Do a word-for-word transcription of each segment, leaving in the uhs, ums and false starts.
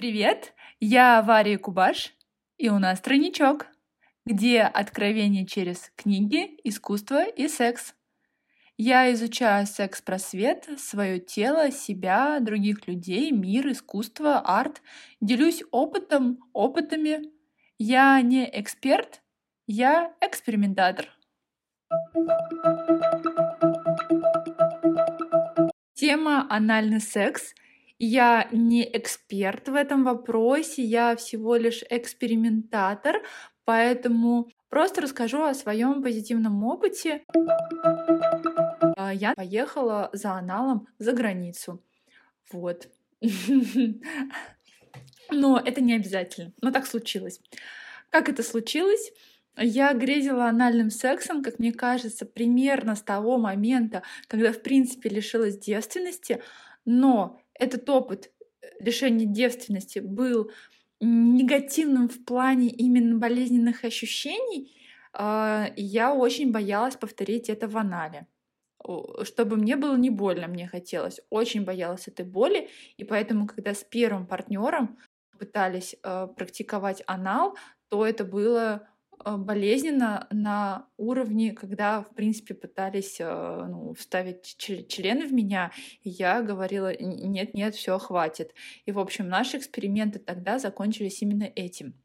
Привет, я Варя Кубаш, и у нас тройничок, где откровение через книги, искусство и секс. Я изучаю секс-просвет, свое тело, себя, других людей, мир, искусство, арт. Делюсь опытом, опытами. Я не эксперт, я экспериментатор. Тема анальный секс. Я не эксперт в этом вопросе, я всего лишь экспериментатор, поэтому просто расскажу о своем позитивном опыте. А, Я поехала за аналом за границу. Вот. Но это не обязательно. Но так случилось. Как это случилось? Я грезила анальным сексом, как мне кажется, примерно с того момента, когда, в принципе, лишилась девственности. Но этот опыт э, лишения девственности был м, негативным в плане именно болезненных ощущений. а, и Я очень боялась повторить это в анале. О, Чтобы мне было не больно, мне хотелось. Очень боялась этой боли. И поэтому, когда с первым партнером пытались э, практиковать анал, то это было э, болезненно на уровне, когда, в принципе, пытались э, ну, вставить чл- член в меня, и я говорила: «Н- нет, нет, все, хватит». И, в общем, наши эксперименты тогда закончились именно этим.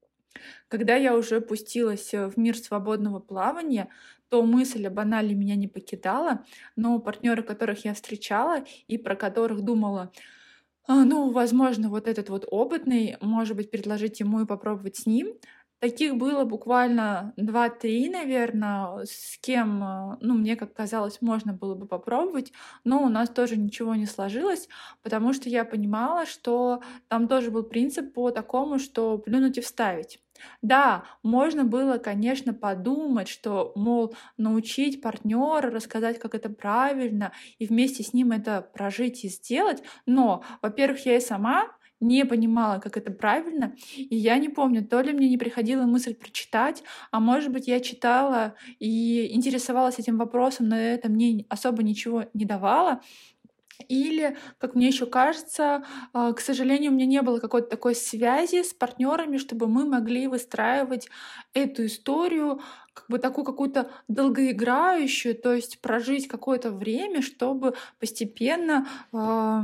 Когда я уже пустилась э, в мир свободного плавания, то мысль об анале меня не покидала, но партнеры, которых я встречала и про которых думала: а, ну, возможно, вот этот вот опытный, может быть, предложить ему и попробовать с ним. Таких было буквально два-три, наверное, с кем, а, ну, мне как казалось, можно было бы попробовать, но у нас тоже ничего не сложилось, потому что я понимала, что там тоже был принцип по такому, что плюнуть и вставить. Да, можно было, конечно, подумать, что, мол, научить партнера, рассказать, как это правильно, и вместе с ним это прожить и сделать, но, во-первых, я и сама не понимала, как это правильно, и я не помню, то ли мне не приходила мысль прочитать, а может быть, я читала и интересовалась этим вопросом, но это мне особо ничего не давало. Или, как мне еще кажется, а, к сожалению, у меня не было какой-то такой связи с партнерами, чтобы мы могли выстраивать эту историю, как бы такую какую-то долгоиграющую, то есть прожить какое-то время, чтобы постепенно а,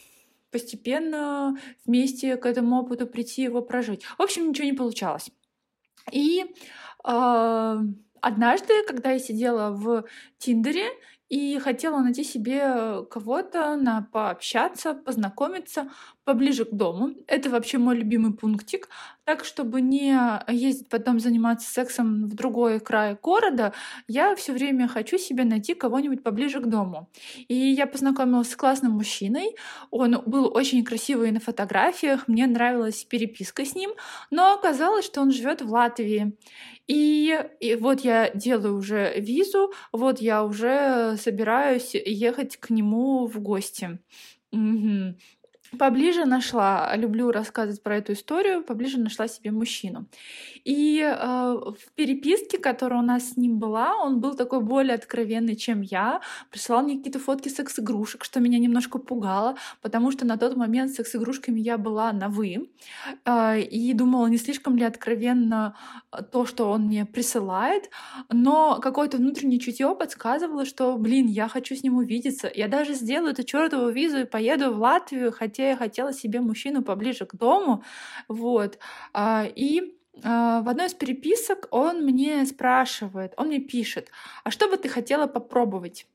постепенно вместе к этому опыту прийти, его прожить. В общем, ничего не получалось. И а, однажды, когда я сидела в «Тиндере» и хотела найти себе кого-то на пообщаться, познакомиться поближе к дому. Это вообще мой любимый пунктик. Так, чтобы не ездить потом заниматься сексом в другой край города, я все время хочу себе найти кого-нибудь поближе к дому. И я познакомилась с классным мужчиной. Он был очень красивый на фотографиях, мне нравилась переписка с ним, но оказалось, что он живет в Латвии. И, и вот я делаю уже визу, вот я уже собираюсь ехать к нему в гости. Мгм. Поближе нашла, люблю рассказывать про эту историю, поближе нашла себе мужчину. И э, в переписке, которая у нас с ним была, он был такой более откровенный, чем я. Присылал мне какие-то фотки секс-игрушек, что меня немножко пугало, потому что на тот момент с секс-игрушками я была на «вы». А, и думала, не слишком ли откровенно а, то, что он мне присылает. Но какое-то внутреннее чутье подсказывало, что, блин, я хочу с ним увидеться. Я даже сделаю эту чёртову визу и поеду в Латвию, хотя я хотела себе мужчину поближе к дому. Вот. А, И а, в одной из переписок он мне спрашивает, он мне пишет: «А что бы ты хотела попробовать?»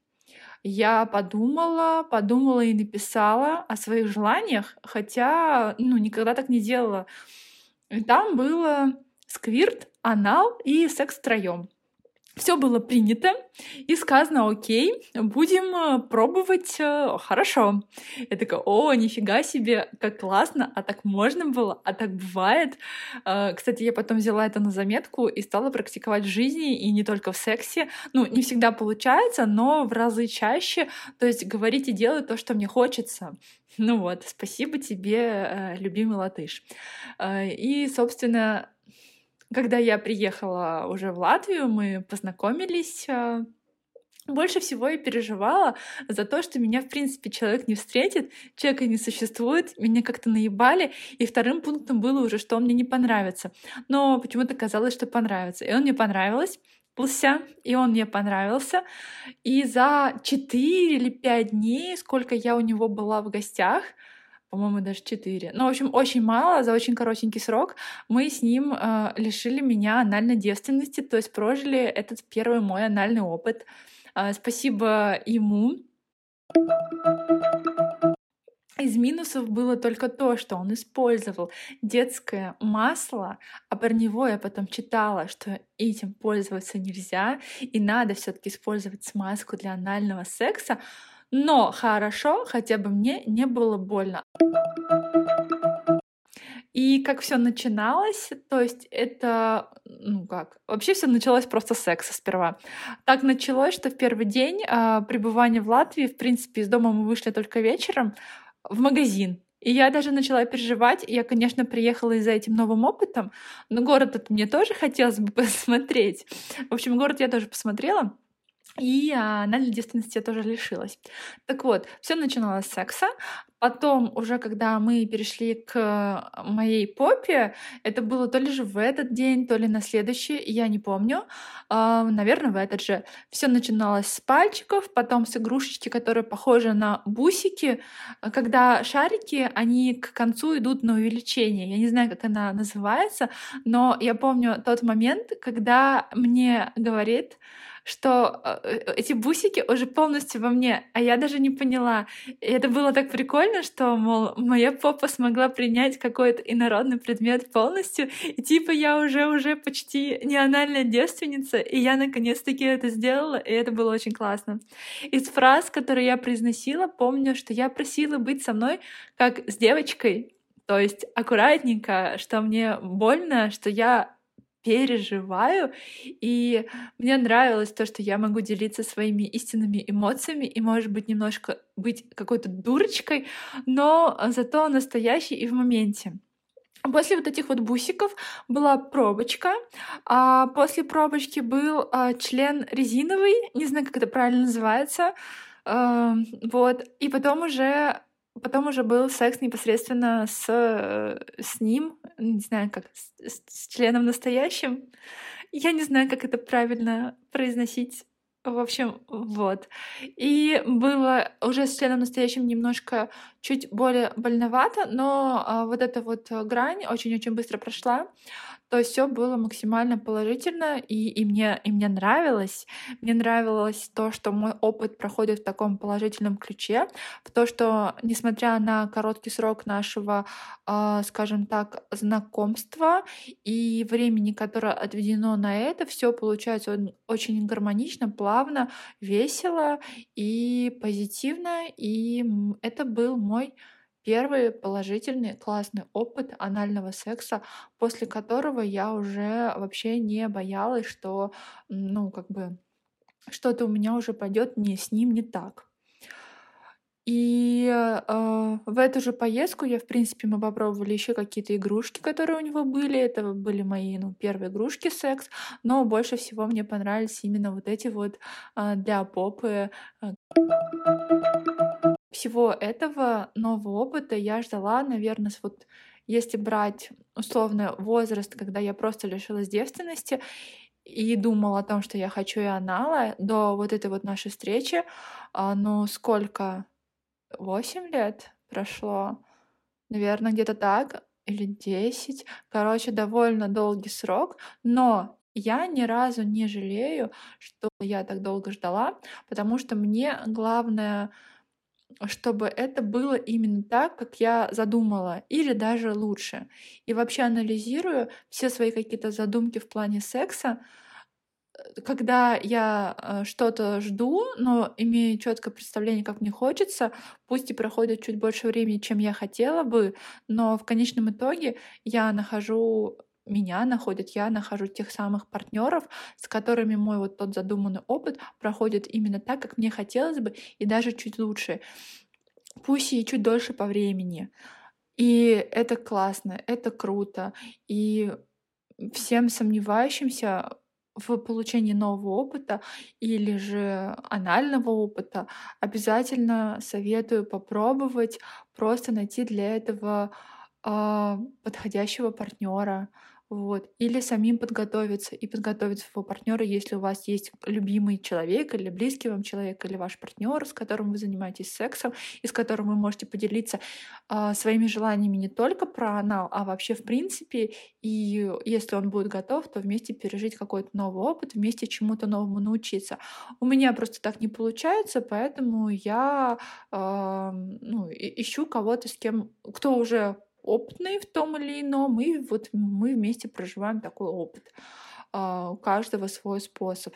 Я подумала, подумала и написала о своих желаниях, хотя, ну, никогда так не делала. И там было сквирт, анал и секс втроём. Все было принято и сказано: «Окей, будем, э, пробовать, э, хорошо». Я такая: «О, нифига себе, как классно, а так можно было, а так бывает». Э, кстати, я потом взяла это на заметку и стала практиковать в жизни, и не только в сексе. Ну, не всегда получается, но в разы чаще. То есть говорить и делать то, что мне хочется. Ну вот, спасибо тебе, э, любимый латыш. Э, и, собственно, когда я приехала уже в Латвию, мы познакомились, а, Больше всего я переживала за то, что меня, в принципе, человек не встретит, человека не существует, меня как-то наебали, и вторым пунктом было уже, что он мне не понравится. Но почему-то казалось, что понравится. И он мне понравилось, Лся, и он мне понравился. И за четыре или пять дней, сколько я у него была в гостях, по-моему, даже четыре. Ну, в общем, очень мало, за очень коротенький срок мы с ним э, лишили меня анальной девственности, то есть прожили этот первый мой анальный опыт. Э, спасибо ему. Из минусов было только то, что он использовал детское масло, а про него я потом читала, что этим пользоваться нельзя, и надо все таки использовать смазку для анального секса. Но хорошо, хотя бы мне не было больно. И как все начиналось, то есть это, ну как, вообще все началось просто с секса сперва. Так началось, что в первый день а, пребывания в Латвии, в принципе, из дома мы вышли только вечером в магазин. И я даже начала переживать. Я, конечно, приехала и за этим новым опытом, но город этот мне тоже хотелось бы посмотреть. В общем, город я тоже посмотрела. И а, анальной девственности я тоже лишилась. Так вот, все начиналось с секса. Потом, уже когда мы перешли к моей попе, это было то ли же в этот день, то ли на следующий, я не помню. Наверное, в этот же. Все начиналось с пальчиков, потом с игрушечки, которые похожи на бусики. А Когда шарики, они к концу идут на увеличение. Я не знаю, как она называется, но я помню тот момент, когда мне говорит, что э, эти бусики уже полностью во мне, а я даже не поняла. И это было так прикольно, что, мол, моя попа смогла принять какой-то инородный предмет полностью, и типа я уже уже почти не анальная девственница, и я наконец-таки это сделала, и это было очень классно. Из фраз, которые я произносила, помню, что я просила быть со мной как с девочкой, то есть аккуратненько, что мне больно, что я переживаю, и мне нравилось то, что я могу делиться своими истинными эмоциями и, может быть, немножко быть какой-то дурочкой, но зато настоящей и в моменте. После вот этих вот бусиков была пробочка, а после пробочки был а, член резиновый, не знаю, как это правильно называется, а, вот, и потом уже Потом уже был секс непосредственно с, э, с ним, не знаю, как с, с- с членом настоящим. Я не знаю, как это правильно произносить. В общем, вот. И было уже с членом настоящим немножко чуть более больновато, но а, вот эта вот а, грань очень-очень быстро прошла. То есть все было максимально положительно, и, и, мне, и мне нравилось. Мне нравилось то, что мой опыт проходит в таком положительном ключе, в то, что, несмотря на короткий срок нашего, а, скажем так, знакомства и времени, которое отведено на это, все получается он- очень гармонично, плавно, весело и позитивно. И м, это был мой первый положительный классный опыт анального секса, после которого я уже вообще не боялась, что, м, ну, как бы что-то у меня уже пойдет не с ним не так. И э, в эту же поездку я, в принципе, мы попробовали еще какие-то игрушки, которые у него были. Это были мои, ну, первые игрушки секс, но больше всего мне понравились именно вот эти вот а, для попы. а. Всего этого нового опыта я ждала, наверное, с вот если брать условно возраст, когда я просто лишилась девственности и думала о том, что я хочу и анала, до вот этой вот нашей встречи, а, ну сколько, восемь лет прошло, наверное, где-то так, или десять. Короче, довольно долгий срок, но я ни разу не жалею, что я так долго ждала, потому что мне главное чтобы это было именно так, как я задумала, или даже лучше. И вообще анализирую все свои какие-то задумки в плане секса, э, когда я э, что-то жду, но имею четкое представление, как мне хочется, пусть и проходит чуть больше времени, чем я хотела бы, но в конечном итоге я нахожу меня находит, я нахожу тех самых партнеров, с которыми мой вот тот задуманный опыт проходит именно так, как мне хотелось бы, и даже чуть лучше. Пусть и чуть дольше по времени. И это классно, это круто. И всем сомневающимся в получении нового опыта или же анального опыта, обязательно советую попробовать просто найти для этого а, подходящего партнера. Вот. Или самим подготовиться и подготовить своего партнера, если у вас есть любимый человек или близкий вам человек, или ваш партнер, с которым вы занимаетесь сексом, и с которым вы можете поделиться а, своими желаниями не только про анал, а вообще в принципе. И если он будет готов, то вместе пережить какой-то новый опыт, вместе чему-то новому научиться. У меня просто так не получается, поэтому я а, ну, и- ищу кого-то, с кем, кто уже опытный в том или ином, и вот мы вместе проживаем такой опыт. А, У каждого свой способ.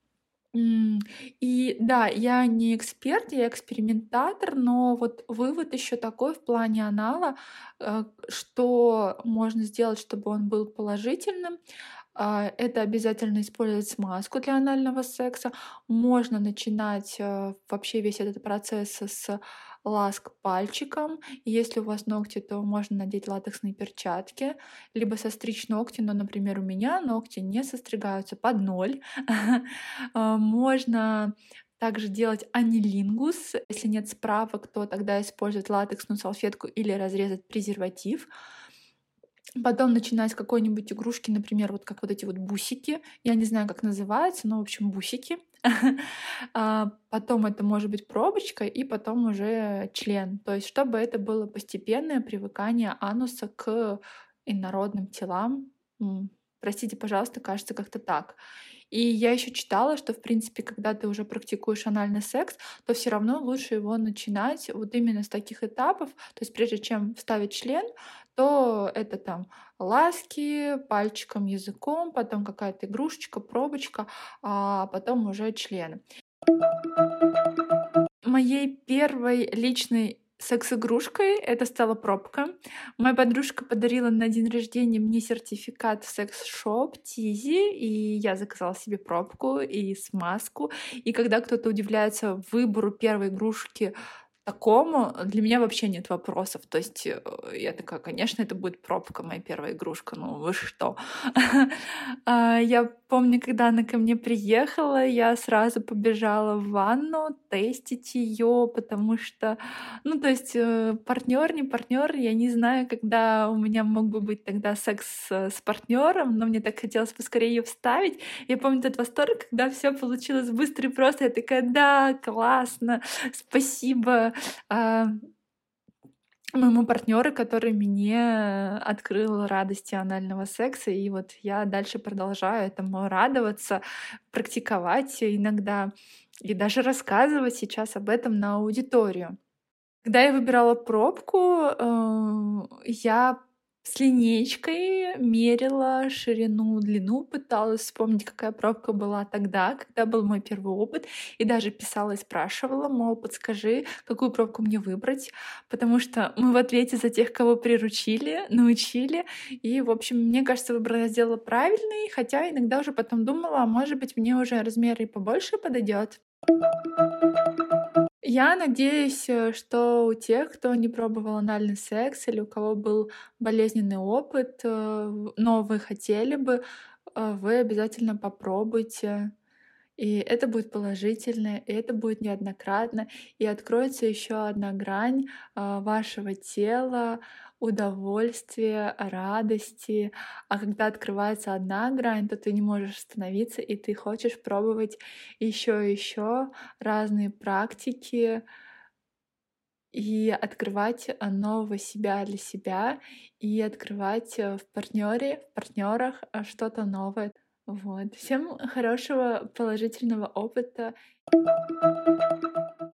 М, И да, я не эксперт, я экспериментатор, но вот вывод еще такой в плане анала, э, что можно сделать, чтобы он был положительным. А, Это обязательно использовать смазку для анального секса. Можно начинать э, вообще весь этот процесс с ласк пальчиком. И если у вас ногти, то можно надеть латексные перчатки, либо состричь ногти. Но, например, у меня ногти не состригаются под ноль. А, Можно также делать анилингус. Если нет справок, то тогда использовать латексную салфетку или разрезать презерватив. Потом начинать с какой-нибудь игрушки, например, вот как вот эти вот бусики. Я не знаю, как называется, но, в общем, бусики. А, Потом это может быть пробочка, и потом уже член. То есть чтобы это было постепенное привыкание ануса к инородным телам. М, Простите, пожалуйста, кажется, как-то так. И я еще читала, что, в принципе, когда ты уже практикуешь анальный секс, то все равно лучше его начинать вот именно с таких этапов. То есть прежде чем вставить член, то это там ласки, пальчиком, языком, потом какая-то игрушечка, пробочка, а потом уже член. Моей первой личной секс-игрушкой это стала пробка. Моя подружка подарила на день рождения мне сертификат в секс-шоп Тизи, и я заказала себе пробку и смазку. И когда кто-то удивляется выбору первой игрушки такому, для меня вообще нет вопросов. То есть э, я такая, конечно, это будет пробка, моя первая игрушка. Ну вы что? А, Я помню, когда она ко мне приехала, я сразу побежала в ванну тестить ее, потому что, ну, то есть партнер, не партнер, я не знаю, когда у меня мог бы быть тогда секс э, с партнером, но мне так хотелось поскорее ее вставить. Я помню тот восторг, когда все получилось быстро и просто. Я такая, да, классно, спасибо а, моему партнеру, который мне открыл радости анального секса. И вот я дальше продолжаю этому радоваться, практиковать иногда и даже рассказывать сейчас об этом на аудиторию. Когда я выбирала пробку, э, я с линеечкой мерила ширину, длину, пыталась вспомнить, какая пробка была тогда, когда был мой первый опыт, и даже писала и спрашивала, мол, подскажи, какую пробку мне выбрать, потому что мы в ответе за тех, кого приручили, научили, и, в общем, мне кажется, выбор я сделала правильный, хотя иногда уже потом думала, а может быть, мне уже размер и побольше подойдет. Я надеюсь, э, что у тех, кто не пробовал анальный секс или у кого был болезненный опыт, э, в- но вы хотели бы, э, вы обязательно попробуйте. И это будет положительно, и это будет неоднократно, и откроется еще одна грань а, вашего тела, удовольствия, радости. А когда открывается одна грань, то ты не можешь остановиться, и ты хочешь пробовать еще и еще разные практики и открывать а, нового себя для себя, и открывать э, в партнере, в партнерах а, что-то новое. Вот. Всем хорошего положительного опыта.